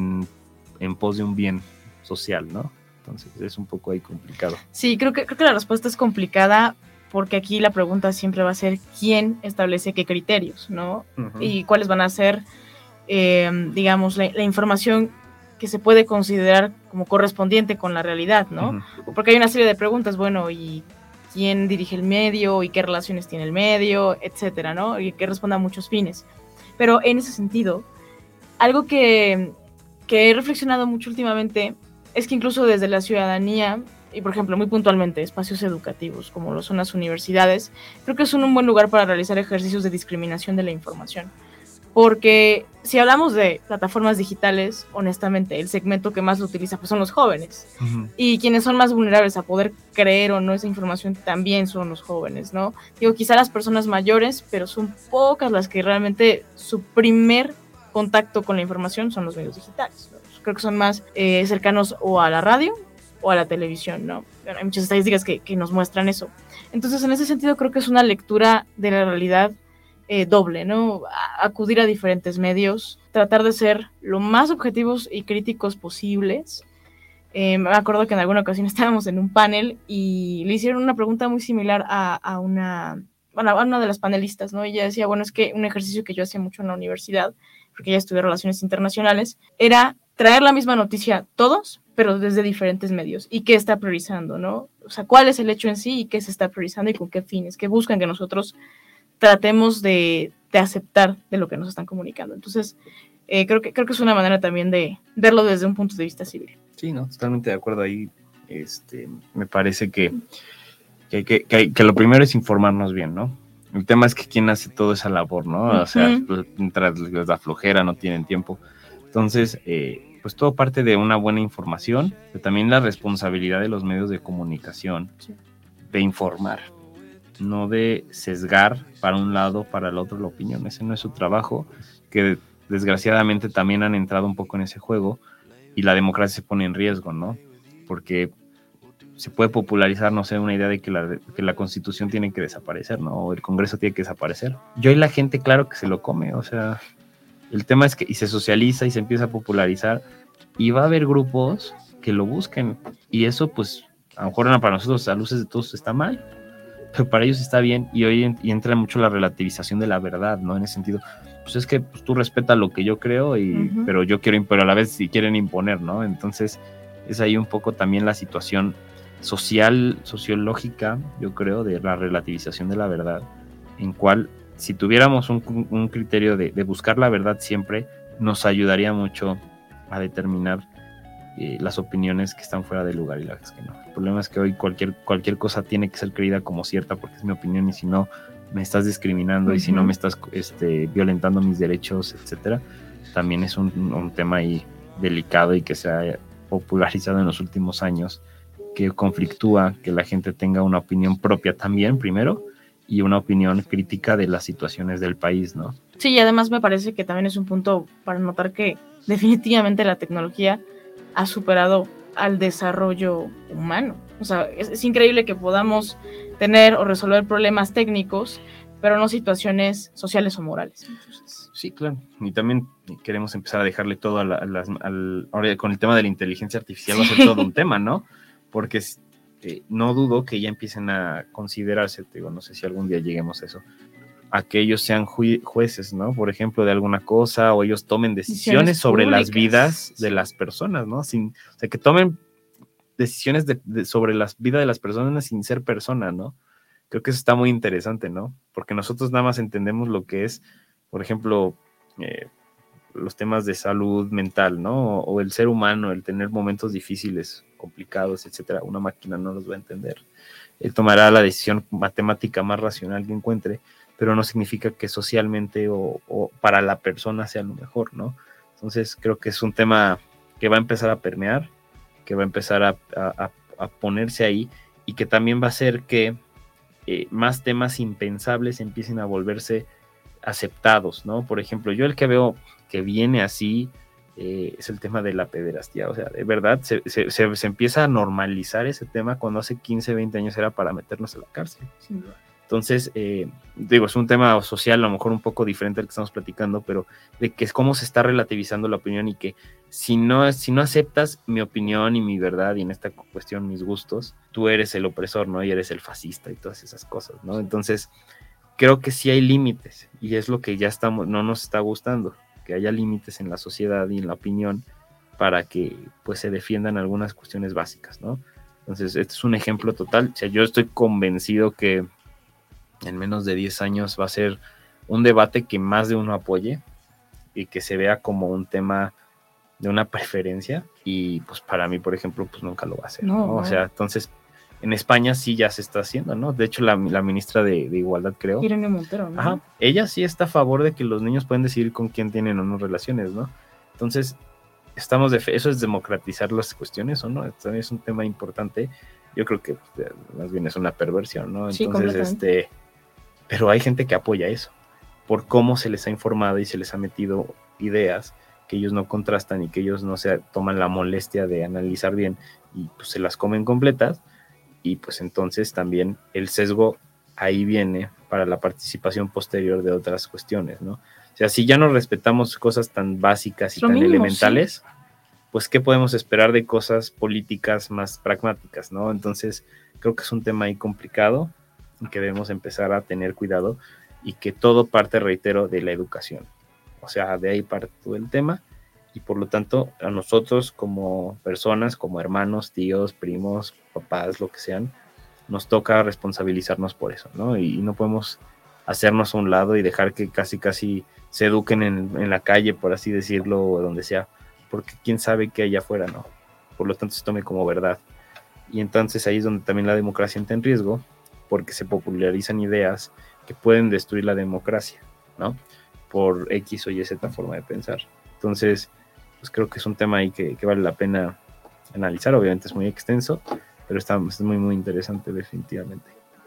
pos de un bien social, ¿no? Entonces es un poco ahí complicado. Sí, creo que la respuesta es complicada porque aquí la pregunta siempre va a ser quién establece qué criterios, ¿no? Uh-huh. Y cuáles van a ser, digamos, la información que se puede considerar como correspondiente con la realidad, ¿no? Uh-huh. Porque hay una serie de preguntas, bueno, y quién dirige el medio y qué relaciones tiene el medio, etcétera, ¿no? Y que responda a muchos fines. Pero en ese sentido, algo que he reflexionado mucho últimamente es que incluso desde la ciudadanía, y por ejemplo, muy puntualmente, espacios educativos como lo son las universidades, creo que son un buen lugar para realizar ejercicios de discriminación de la información. Porque si hablamos de plataformas digitales, honestamente, el segmento que más lo utiliza pues son los jóvenes. Uh-huh. Y quienes son más vulnerables a poder creer o no esa información también son los jóvenes, ¿no? Digo, quizá las personas mayores, pero son pocas las que realmente su primer contacto con la información son los medios digitales, ¿no? Creo que son más cercanos o a la radio o a la televisión, ¿no? Hay muchas estadísticas que nos muestran eso. Entonces, en ese sentido, creo que es una lectura de la realidad doble, ¿no? Acudir a diferentes medios, tratar de ser lo más objetivos y críticos posibles. Me acuerdo que en alguna ocasión estábamos en un panel y le hicieron una pregunta muy similar a una de las panelistas, ¿no? Ella decía, bueno, es que un ejercicio que yo hacía mucho en la universidad, porque ella estudió Relaciones Internacionales, era traer la misma noticia todos, pero desde diferentes medios. ¿Y qué está priorizando, no? O sea, ¿cuál es el hecho en sí y qué se está priorizando y con qué fines? ¿Qué buscan que nosotros tratemos de aceptar de lo que nos están comunicando? Entonces, creo que es una manera también de verlo desde un punto de vista civil. Sí, no, totalmente de acuerdo ahí. Me parece que lo primero es informarnos bien, ¿no? El tema es que quién hace toda esa labor, ¿no? O sea, mientras les da flojera, no tienen tiempo. Entonces, pues todo parte de una buena información, pero también la responsabilidad de los medios de comunicación, sí, de informar, no de sesgar para un lado o para el otro la opinión. Ese no es su trabajo, que desgraciadamente también han entrado un poco en ese juego y la democracia se pone en riesgo, ¿no? Porque se puede popularizar, no sé, una idea de que la Constitución tiene que desaparecer, ¿no? O el Congreso tiene que desaparecer. Y hoy la gente, claro que se lo come, o sea, el tema es que y se socializa y se empieza a popularizar y va a haber grupos que lo busquen y eso, pues, a lo mejor para nosotros a luces de todos está mal, pero para ellos está bien y hoy y entra mucho la relativización de la verdad, ¿no? En ese sentido, pues es que pues, tú respetas lo que yo creo, pero yo quiero, pero a la vez si quieren imponer, ¿no? Entonces es ahí un poco también la situación sociológica, yo creo, de la relativización de la verdad, en cual si tuviéramos un criterio de buscar la verdad siempre, nos ayudaría mucho a determinar las opiniones que están fuera de lugar y las que no. El problema es que hoy cualquier cosa tiene que ser creída como cierta porque es mi opinión y si no me estás discriminando y si no me estás violentando mis derechos, etcétera, también es un tema ahí delicado y que se ha popularizado en los últimos años, que conflictúa que la gente tenga una opinión propia también, primero, y una opinión crítica de las situaciones del país, ¿no? Sí, y además me parece que también es un punto para notar que definitivamente la tecnología ha superado al desarrollo humano. O sea, es increíble que podamos tener o resolver problemas técnicos, pero no situaciones sociales o morales. Entonces, sí, claro. Y también queremos empezar a dejarle todo ahora con el tema de la inteligencia artificial va a ser todo un tema, ¿no? Porque no dudo que ya empiecen a considerarse, digo, no sé si algún día lleguemos a eso, a que ellos sean jueces, ¿no? Por ejemplo, de alguna cosa, o ellos tomen decisiones sobre públicas. las vidas de las personas, ¿no? O sea, que tomen decisiones sobre la vida de las personas sin ser personas, ¿no? Creo que eso está muy interesante, ¿no? Porque nosotros nada más entendemos lo que es, por ejemplo, los temas de salud mental, ¿no? O el ser humano, el tener momentos difíciles, complicados, etcétera. Una máquina no los va a entender. Él tomará la decisión matemática más racional que encuentre, pero no significa que socialmente o para la persona sea lo mejor, ¿no? Entonces creo que es un tema que va a empezar a permear, que va a empezar a ponerse ahí, y que también va a hacer que más temas impensables empiecen a volverse aceptados, ¿no? Por ejemplo, yo el que veo que viene así es el tema de la pederastía. O sea, de verdad se empieza a normalizar ese tema cuando hace 15, 20 años era para meternos a la cárcel. Sí. Entonces, digo, es un tema social a lo mejor un poco diferente al que estamos platicando, pero de que es cómo se está relativizando la opinión, y que si no aceptas mi opinión y mi verdad, y en esta cuestión mis gustos, tú eres el opresor, ¿no? Y eres el fascista y todas esas cosas, ¿no? Entonces, creo que sí hay límites, y es lo que ya no nos está gustando, que haya límites en la sociedad y en la opinión para que pues se defiendan algunas cuestiones básicas, ¿no? Entonces, este es un ejemplo total. O sea, yo estoy convencido que en menos de 10 años va a ser un debate que más de uno apoye y que se vea como un tema de una preferencia, y pues para mí, por ejemplo, pues nunca lo va a hacer, ¿no? O sea, entonces en España sí ya se está haciendo, ¿no? De hecho, la ministra de Igualdad, creo, Irene Montero, ¿no? Ajá, ella sí está a favor de que los niños pueden decidir con quién tienen o no relaciones, ¿no? Entonces, eso es democratizar las cuestiones, ¿o no? También es un tema importante. Yo creo que más bien es una perversión, ¿no? Entonces, Sí, pero hay gente que apoya eso, por cómo se les ha informado y se les ha metido ideas que ellos no contrastan y que ellos no se toman la molestia de analizar bien, y pues se las comen completas, y pues entonces también el sesgo ahí viene para la participación posterior de otras cuestiones, ¿no? O sea, si ya no respetamos cosas tan básicas y tan elementales, pues ¿qué podemos esperar de cosas políticas más pragmáticas, ¿no? Entonces creo que es un tema ahí complicado, y que debemos empezar a tener cuidado, y que todo parte, reitero, de la educación. O sea, de ahí parte todo el tema, y por lo tanto a nosotros como personas, como hermanos, tíos, primos, papás, lo que sean, nos toca responsabilizarnos por eso, ¿no? Y no podemos hacernos a un lado y dejar que casi se eduquen en la calle, por así decirlo, o donde sea, porque quién sabe qué hay afuera, ¿no? Por lo tanto se tome como verdad. Y entonces ahí es donde también la democracia entra en riesgo, porque se popularizan ideas que pueden destruir la democracia, ¿no? Por X o Y Z forma de pensar. Entonces, pues creo que es un tema ahí que vale la pena analizar. Obviamente es muy extenso, pero es muy, muy interesante, definitivamente.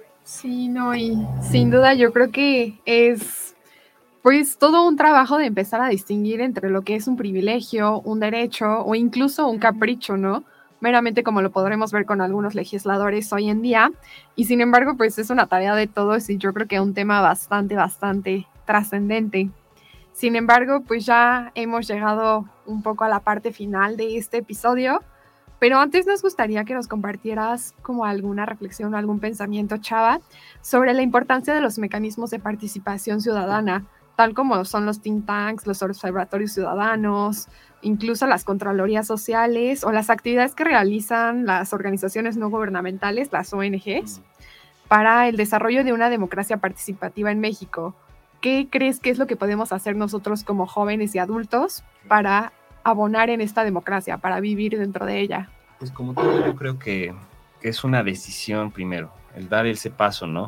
Sí, no, y sin duda yo creo que es pues todo un trabajo de empezar a distinguir entre lo que es un privilegio, un derecho o incluso un capricho, ¿no? Meramente como lo podremos ver con algunos legisladores hoy en día. Y sin embargo, pues es una tarea de todos, y yo creo que un tema bastante trascendente. Sin embargo, pues ya hemos llegado un poco a la parte final de este episodio. Pero antes nos gustaría que nos compartieras como alguna reflexión o algún pensamiento, Chava, sobre la importancia de los mecanismos de participación ciudadana, tal como son los think tanks, los observatorios ciudadanos, incluso las contralorías sociales o las actividades que realizan las organizaciones no gubernamentales, las ONGs, para el desarrollo de una democracia participativa en México. ¿Qué crees que es lo que podemos hacer nosotros como jóvenes y adultos para abonar en esta democracia, para vivir dentro de ella? Pues como todo, yo creo que es una decisión primero, el dar ese paso, ¿no?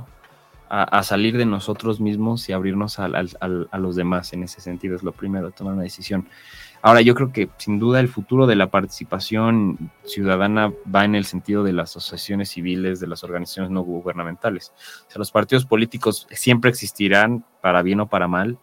A salir de nosotros mismos y abrirnos a los demás. En ese sentido es lo primero, tomar una decisión. Ahora, yo creo que sin duda el futuro de la participación ciudadana va en el sentido de las asociaciones civiles, de las organizaciones no gubernamentales. O sea, los partidos políticos siempre existirán, para bien o para mal,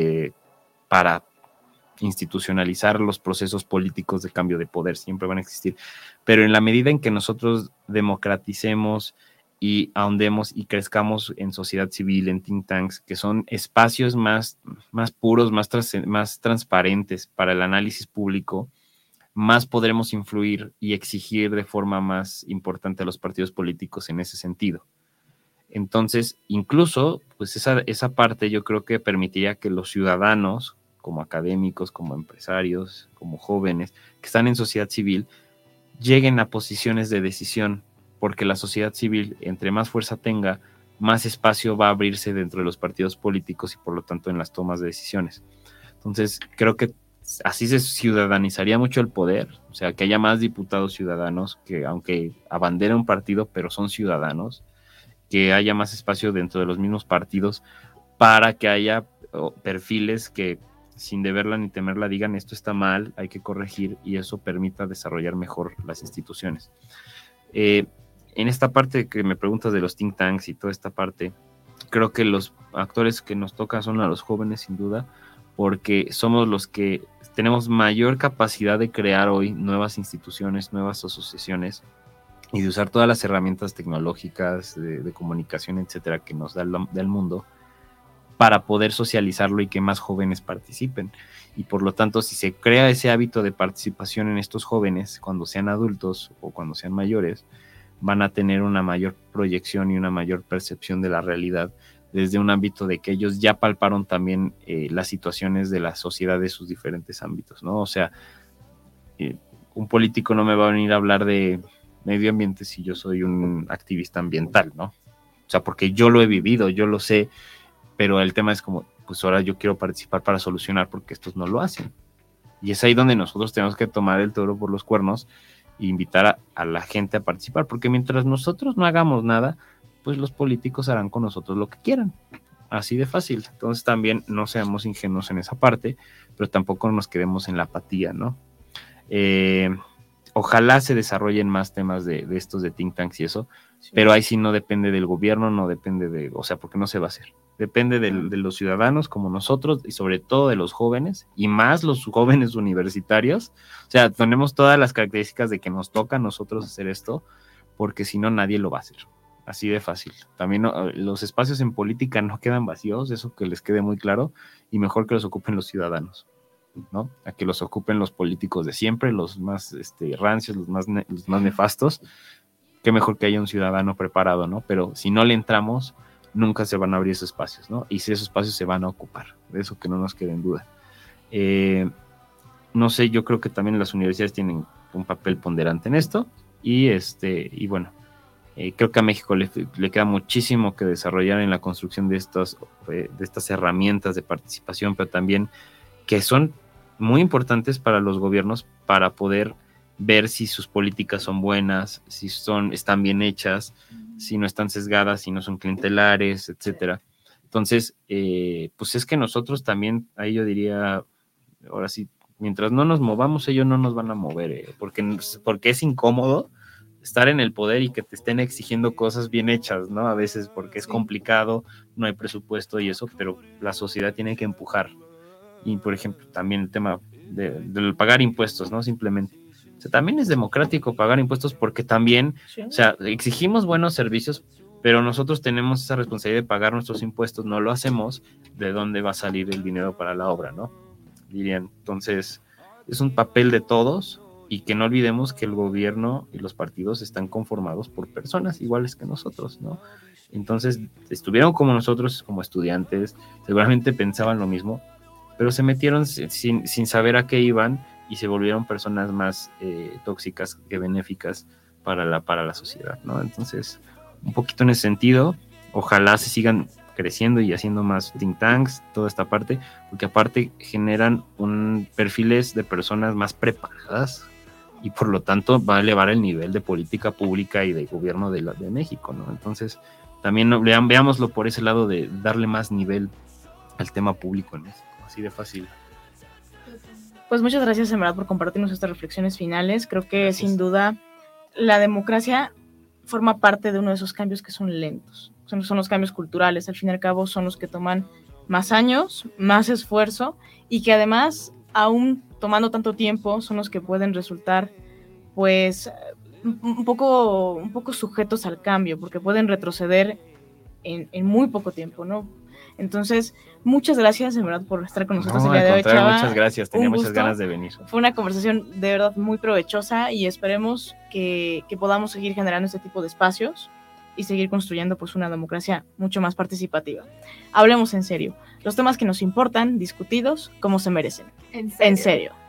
para institucionalizar los procesos políticos de cambio de poder, siempre van a existir. Pero en la medida en que nosotros democraticemos y ahondemos y crezcamos en sociedad civil, en think tanks, que son espacios más puros, más transparentes para el análisis público, más podremos influir y exigir de forma más importante a los partidos políticos en ese sentido. Entonces, incluso, pues esa parte yo creo que permitiría que los ciudadanos, como académicos, como empresarios, como jóvenes, que están en sociedad civil, lleguen a posiciones de decisión, porque la sociedad civil, entre más fuerza tenga, más espacio va a abrirse dentro de los partidos políticos y por lo tanto en las tomas de decisiones. Entonces, creo que así se ciudadanizaría mucho el poder, o sea, que haya más diputados ciudadanos que aunque abanderen un partido, pero son ciudadanos, que haya más espacio dentro de los mismos partidos para que haya perfiles que sin deberla ni temerla digan esto está mal, hay que corregir y eso permita desarrollar mejor las instituciones. En esta parte que me preguntas de los think tanks y toda esta parte, creo que los actores que nos tocan son a los jóvenes sin duda, porque somos los que tenemos mayor capacidad de crear hoy nuevas instituciones, nuevas asociaciones y de usar todas las herramientas tecnológicas de comunicación, etcétera, que nos da el mundo para poder socializarlo y que más jóvenes participen. Y por lo tanto, si se crea ese hábito de participación en estos jóvenes, cuando sean adultos o cuando sean mayores, van a tener una mayor proyección y una mayor percepción de la realidad desde un ámbito de que ellos ya palparon también las situaciones de la sociedad de sus diferentes ámbitos, ¿no? O sea, un político no me va a venir a hablar de medio ambiente si yo soy un activista ambiental, ¿no? O sea, porque yo lo he vivido, yo lo sé, pero el tema es como, pues ahora yo quiero participar para solucionar porque estos no lo hacen. Y es ahí donde nosotros tenemos que tomar el toro por los cuernos e invitar a la gente a participar, porque mientras nosotros no hagamos nada, pues los políticos harán con nosotros lo que quieran. Así de fácil. Entonces también no seamos ingenuos en esa parte, pero tampoco nos quedemos en la apatía, ¿no? Ojalá se desarrollen más temas de estos de think tanks y eso, sí. Pero ahí sí no depende del gobierno, no depende de, o sea, porque no se va a hacer. Depende de los ciudadanos como nosotros y sobre todo de los jóvenes y más los jóvenes universitarios. O sea, tenemos todas las características de que nos toca a nosotros hacer esto, porque si no nadie lo va a hacer. Así de fácil. También los espacios en política no quedan vacíos, eso que les quede muy claro, y mejor que los ocupen los ciudadanos, ¿no? A que los ocupen los políticos de siempre, los más rancios, los más nefastos. Qué mejor que haya un ciudadano preparado, ¿no? Pero si no le entramos, nunca se van a abrir esos espacios, ¿no? Y si esos espacios se van a ocupar, de eso que no nos quede en duda. No sé, yo creo que también las universidades tienen un papel ponderante en esto, y bueno, creo que a México le queda muchísimo que desarrollar en la construcción de estas herramientas de participación, pero también que son muy importantes para los gobiernos para poder ver si sus políticas son buenas, si están bien hechas, si no están sesgadas, si no son clientelares, etcétera. Entonces, pues es que nosotros también, ahí yo diría, ahora sí, mientras no nos movamos, ellos no nos van a mover, porque es incómodo estar en el poder y que te estén exigiendo cosas bien hechas, ¿no? A veces porque es complicado, no hay presupuesto y eso, pero la sociedad tiene que empujar. Y, por ejemplo, también el tema de pagar impuestos, ¿no? Simplemente. O sea, también es democrático pagar impuestos porque también, sí. O sea, exigimos buenos servicios, pero nosotros tenemos esa responsabilidad de pagar nuestros impuestos, no lo hacemos, ¿de dónde va a salir el dinero para la obra, no? Dirían. Entonces, es un papel de todos. Y que no olvidemos que el gobierno y los partidos están conformados por personas iguales que nosotros, ¿no? Entonces, estuvieron como nosotros, como estudiantes, seguramente pensaban lo mismo, pero se metieron sin saber a qué iban y se volvieron personas más tóxicas que benéficas para la sociedad, ¿no? Entonces, un poquito en ese sentido, ojalá se sigan creciendo y haciendo más think tanks, toda esta parte, porque aparte generan perfiles de personas más preparadas y por lo tanto va a elevar el nivel de política pública y de gobierno de México, ¿no? Entonces, también veámoslo por ese lado de darle más nivel al tema público en México, así de fácil. Pues muchas gracias, en verdad, por compartirnos estas reflexiones finales. Creo que sin duda la democracia forma parte de uno de esos cambios que son lentos. Son los cambios culturales, al fin y al cabo son los que toman más años, más esfuerzo y que además, aún tomando tanto tiempo, son los que pueden resultar pues un poco sujetos al cambio, porque pueden retroceder en muy poco tiempo, ¿no? Entonces, muchas gracias, en verdad, por estar con nosotros el día de hoy, Chava. Muchas gracias, tenía muchas ganas de venir. Fue una conversación de verdad muy provechosa y esperemos que podamos seguir generando este tipo de espacios y seguir construyendo pues una democracia mucho más participativa. Hablemos en serio. Los temas que nos importan, discutidos como se merecen. En serio. En serio.